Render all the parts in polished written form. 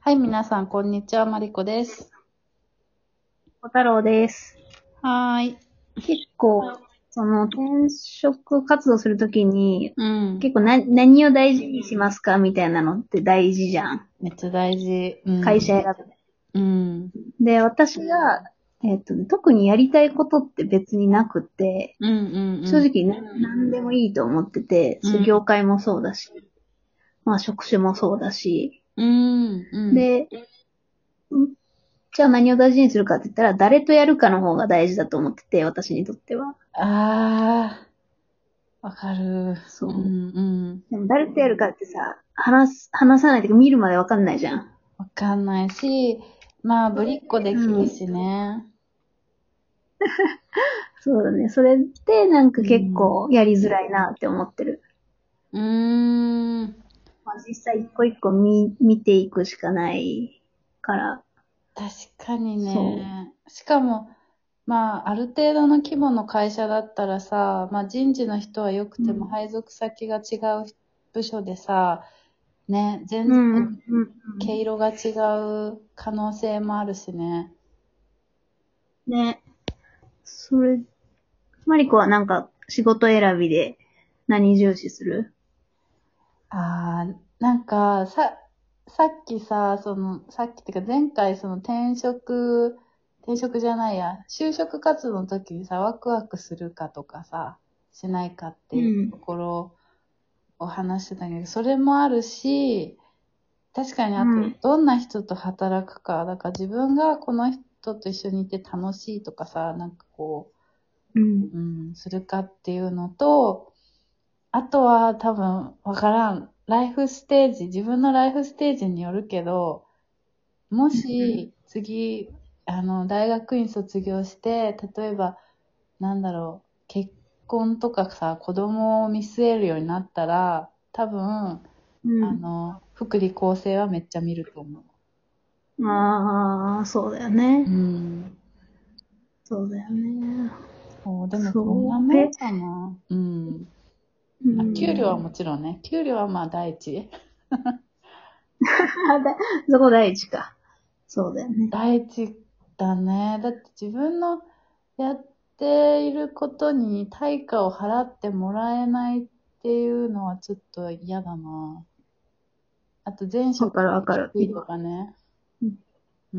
はい、皆さん、こんにちは。マリコです。 小太郎です。 はーい。 結構、転職活動するときに、 うん。 結構何を大事にしますかみたいなのって大事じゃん。 めっちゃ大事。うん。 会社選ぶ。 うん。 で、私が、特にやりたいことって別になくて、 うんうん正直何でもいいと思ってて、 うん。 業界もそうだし、まあ職種もそうだし、 うん。うん。 で、じゃあ何を大事にするかって言ったら、誰とやるかの方が大事だと思ってて、私にとっては。 あー、わかる。うそう。 んうん。 でも誰とやるかってさ、話さないというか見るまでわかんないじゃん。 わかんないし、まあ、ぶりっ子できうん。 るしね。 そうだね。それってなんか結うん。 構やりづらいなって思ってる。 うーん。 まあ、実際一個一個見ていくしかないから。 確かにそね。しかも、まあ、ある程度の規模の会社だったらさ、まあ人事の人は良くう。うてもん。 配属先が違う部署でさ、ね、全然うん、うん、うん。 毛色が違う可能性もあるしね。 ね。それ、マリコはなんか仕事選びで何重視する？ ああ、なんか、さっきさ、さっきっていうか前回転職じゃないや、就職活動の時にさ、ワクワクするかとかさ、しないかっていうとうん。 ころを話してたけど、それもあるし、確かにあと、 うん。 どんな人と働くか、だから自分がこの人と一緒にいて楽しいとかさ、なんかこうん。 う、するかっていうのと、あとは多分わからん。自分のライフステージによるけど、もし次、大学院卒業して、例えば、なんだろう、結婚とかさ、子供を見据えるようになったら、多分、 うん。 福利厚生はめっちゃ見ると思うん。ああ、そうだよう。 ね。 ん。 そうだよね。 そう、でもそんなそう。 もんかな。うん。 うまあ、給料はん。 もちろんね。給料はまあ第一。 そこ第一か。そうだよね。 第一だね。だって自分のやっていることに対価を払ってもらえないっていうのはちょっと嫌だな。あと前わかる職がわかる。 低いとかね。うん。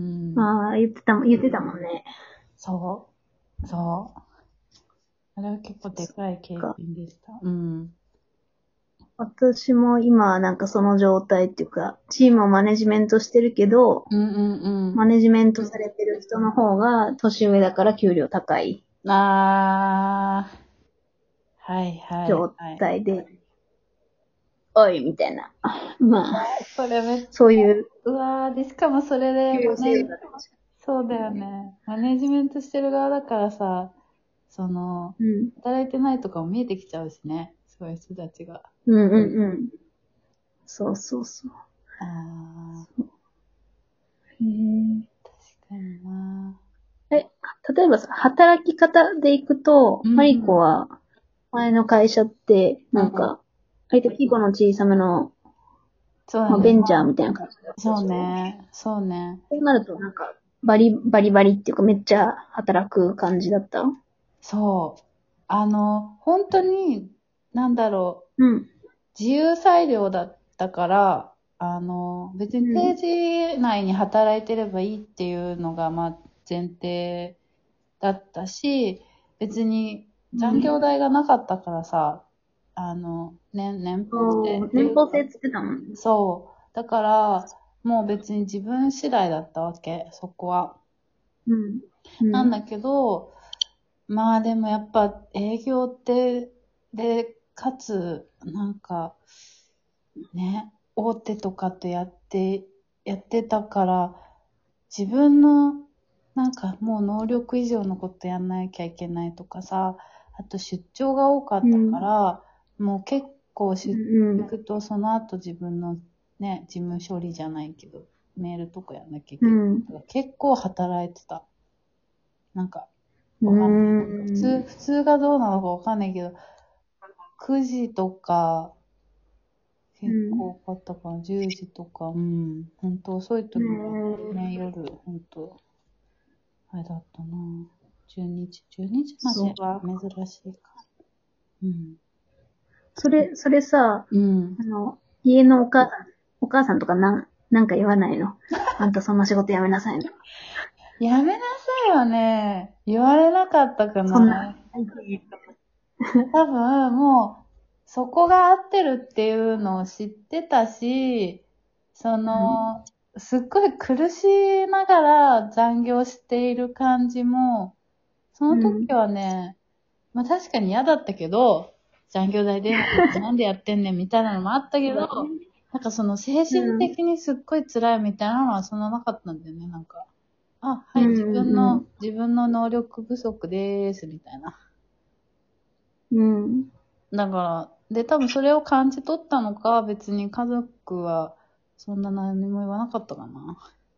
ああ、言ってたもんね。 そう。そう。あれは結構でかい経か験でした。うん。 私も今なんかその状態っていうか、チームをマネジメントしてるけど、 うんうんマネジメントされてる人の方が年上だから給料高いうん。あー。はいはい状はい。 態で、おい、みたいな。まあ、 それめっそういううわー、で、しかもそれで、 給与制度だったじそうだよね。マネジメントしてる側だからさ、その、 ゃん。うん。 働いてないとかも見えてきちゃうしね。そういう人たちが。 うんうんうん。そうそうそう。 あー、 へえ。 確かにな。 え、例えばさ、働き方でいくと、マリコうんうん。 は前の会社って、 うん。 割と規模の小さめの、まあ、ベそうだね。 ンチャーみたいな感じだったでそうしょ？ ね。そうね。 そうなるとなんか、バリバリっていうかめっちゃ働く感じだった？ そう。本当に、なんだろう。 うん。 自由裁量だったから、別に定うん。 時内に働いてればいいっていうのが、まあ、前提だったし、別に残業代がなかったからさ、年俸制っていうか、 年俸制つってたもんね。 そう。だから、もう別に自分次第だったわけ、そこは。 うん。うん。 なんだけど、まあでもやっぱ営業って、で、かつ、なんか、ね、大手とかとやってたから、自分の、なんかもう能力以上のことやんなきゃいけないとかさ、あと出張が多かったかうん。 ら、もう結構う出張行ん。 くと、その後自分のね、事務処理じゃないけど、メールとかやんなきゃいけない。 うん。 だから結構働いてた。なんか、 うわかんない。 ん。 普通がどうなのかわかんないけど、9時とか、 結構多かったかな。10時とか、本当遅い時はね、夜、本当あれだったな。12時までは珍しいか。 それさ、家のお母さんとかなんか言わないの？あんたそんな仕事やめなさいの。 やめなさいはね、言われなかったかそんな。 な。多分、もう、そこが合ってるっていうのを知ってたし、すっごい苦しながら残業している感じも、その時はね、まあ確かに嫌だったけど、残業代出ないってなんでやってんねんみたいなのもあったけど、なんかその精神的にすっごい辛いみたいなのはそんななかったんだよね、なんか。あ、はい、自分の能力不足でーす、みたいな。だから、で、多分それを感じ取ったのか、別に家族はそんな何も言わなかったかな。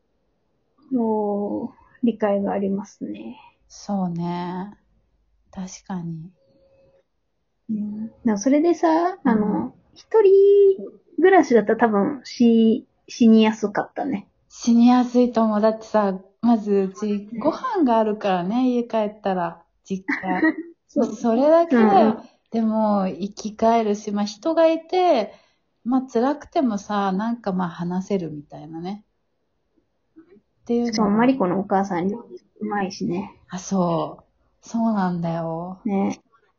理解がありますね。 そうね。確かに。 だからそれでさ、一人暮らしだったら多分死にやすかったね。 死にやすいと思う。だってさ、まずうちご飯があるからね、家帰ったら、実家。それだけ、でも生き返るし、まあ人がいて、まあ辛くてもさ、なんかまあ話せるみたいなね。っていうしかもの。 マリコのお母さんうまいしね。 あ、そう。そうなんだよ。 ね。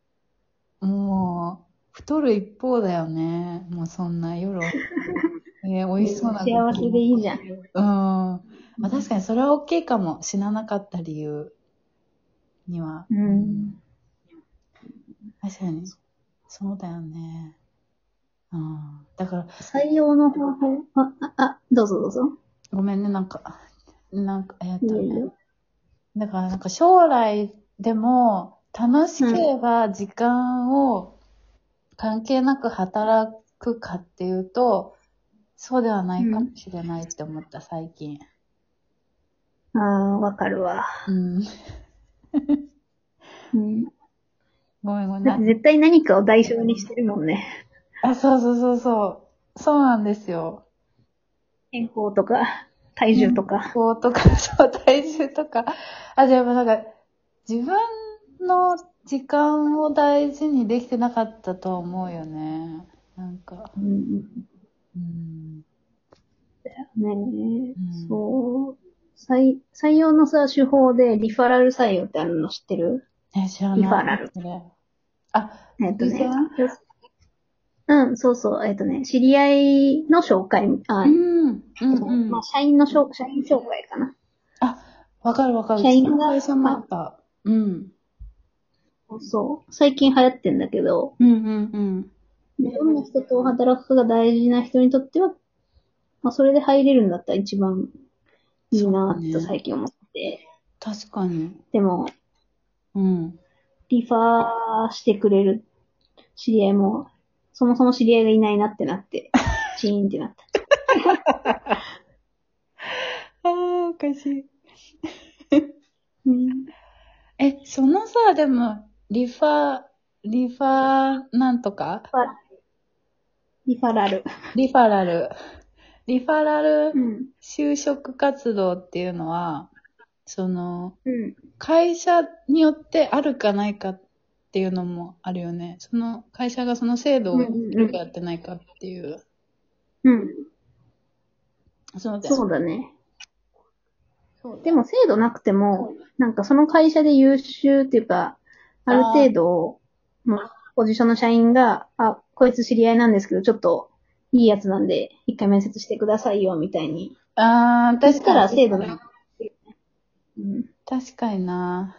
もう、太る一方だよね。もうそんな夜、美味しそうな幸せでいいじゃん。 まあ確かにそれは大きいかも。死ななかった理由には。確かに。そうだよね。だから。 採用の方法、どうぞどうぞ。 ごめんね、だからなんか将来でも楽しければ時間を関係なく働くかっていうと、そうではないかもしれないって思った、最近。 わかるわ。 ごめんごめん。 だって絶対何かを代償にしてるもんね。 あ、そうそうそうそう。そうなんですよ。 健康とか、体重とか。 健康とか、そう、体重とか。あ、でもなんか、自分の時間を大事にできてなかったと思うよね。なんか。 そう。採用のさ、手法でリファラル採用ってあるの知ってる？ 知らない。 リファラル。 あ、 そうそう。知り合いの紹介、まあ、社員紹介かな。 あ、わかるわかる。 社員が、 会社もあった。 そう。最近流行ってんだけど、どんな人と働くかが大事な人にとっては、まあ、それで入れるんだったら一番いいなと最近思って。 確かに。 でも、リファーしてくれる知り合いも、そもそも知り合いがいないなってなって、チーンってなった。 おかしい。そのさ、でも、リファなんとかリファラル。 リファラル。リファラル就職活動っていうのは、会社によってあるかないかっていうのもあるよね。その会社がその制度をやってるかやってないかっていう。 そうだね。でも制度なくても、なんかその会社で優秀っていうか、ある程度、ポジションの社員が、こいつ知り合いなんですけど、ちょっといいやつなんで、一回面接してくださいよ、みたいに。 確かに。制度な確かにな。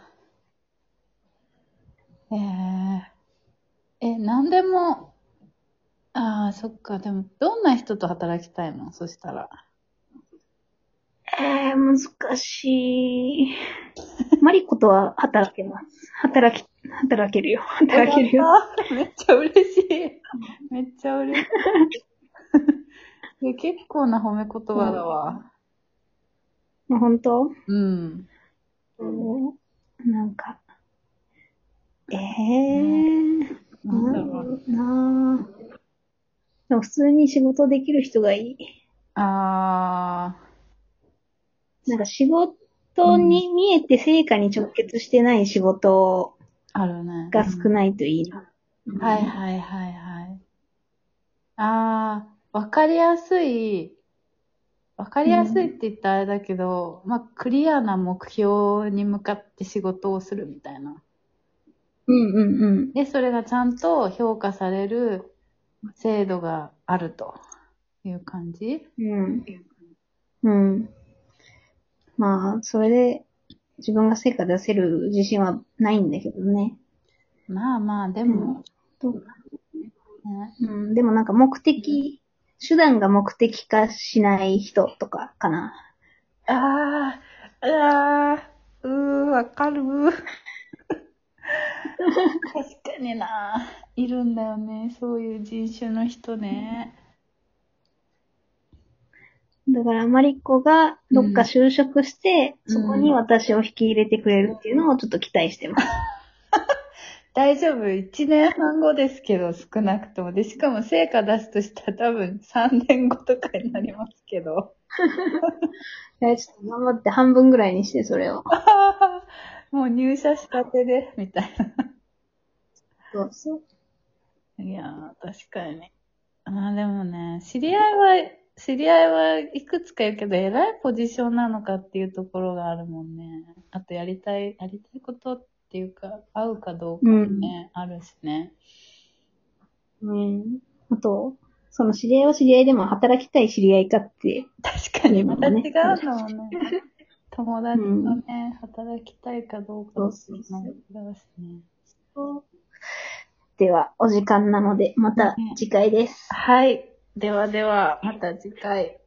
なんでも、そっか。でも、どんな人と働きたいの？そしたら。 難しい。マリコとは働けます。働けるよ。働けるよ。 めっちゃ嬉しい。めっちゃ嬉しい。結構な褒め言葉だわ。 本当？なんか、 なんだろう。 でも普通に仕事できる人がいい。 あなんか仕事に見えて成果に直結してない仕事ー、あるね。 が少ないといいな。 はいはいはいはい。ああ、わかりやすいって言ったらあれだけど、まあ、クリアな目標に向かって仕事をするみたいな。 うんうんうん。 で、それがちゃんと評価される制度があるという感じ。 うん。うん。まあ、それで自分が成果出せる自信はないんだけどね。 まあまあ、ででも、 も、 どうね、 うん、でもなんか手段が目的化しない人とかかな。 ああ、わかる。確かにな。いるんだよね。そういう人種の人ね。 だからマリコがどっかうん。 就職して、 うそこにん。 私を引き入れてくれるっていうのをちょっと期待してます。 大丈夫。1年半後ですけど、少なくとも。で、しかも成果出すとしたら多分3年後とかになりますけど。 ちょっと頑張って半分ぐらいにして、それを。 もう入社したてで、みたいそうそう。 な。いやー、確かに。まあでもね、知り合いはいくつかいるけど、偉いポジションなのかっていうところがあるもんね。あとやりたいことっていうか、合うかどうかもうん。 ね、あるしね。 うん。あと、その知り合いは知り合いでも働きたい知り合いかって確かに、 いうのまた違もね、あるし。 うんだもんね。友達とうん。 ね、働きたいかどうかっそうていうのもそうそう。 違うしね。 では、お時間なので、またね、 次回です。 はい。ではでは、また次回。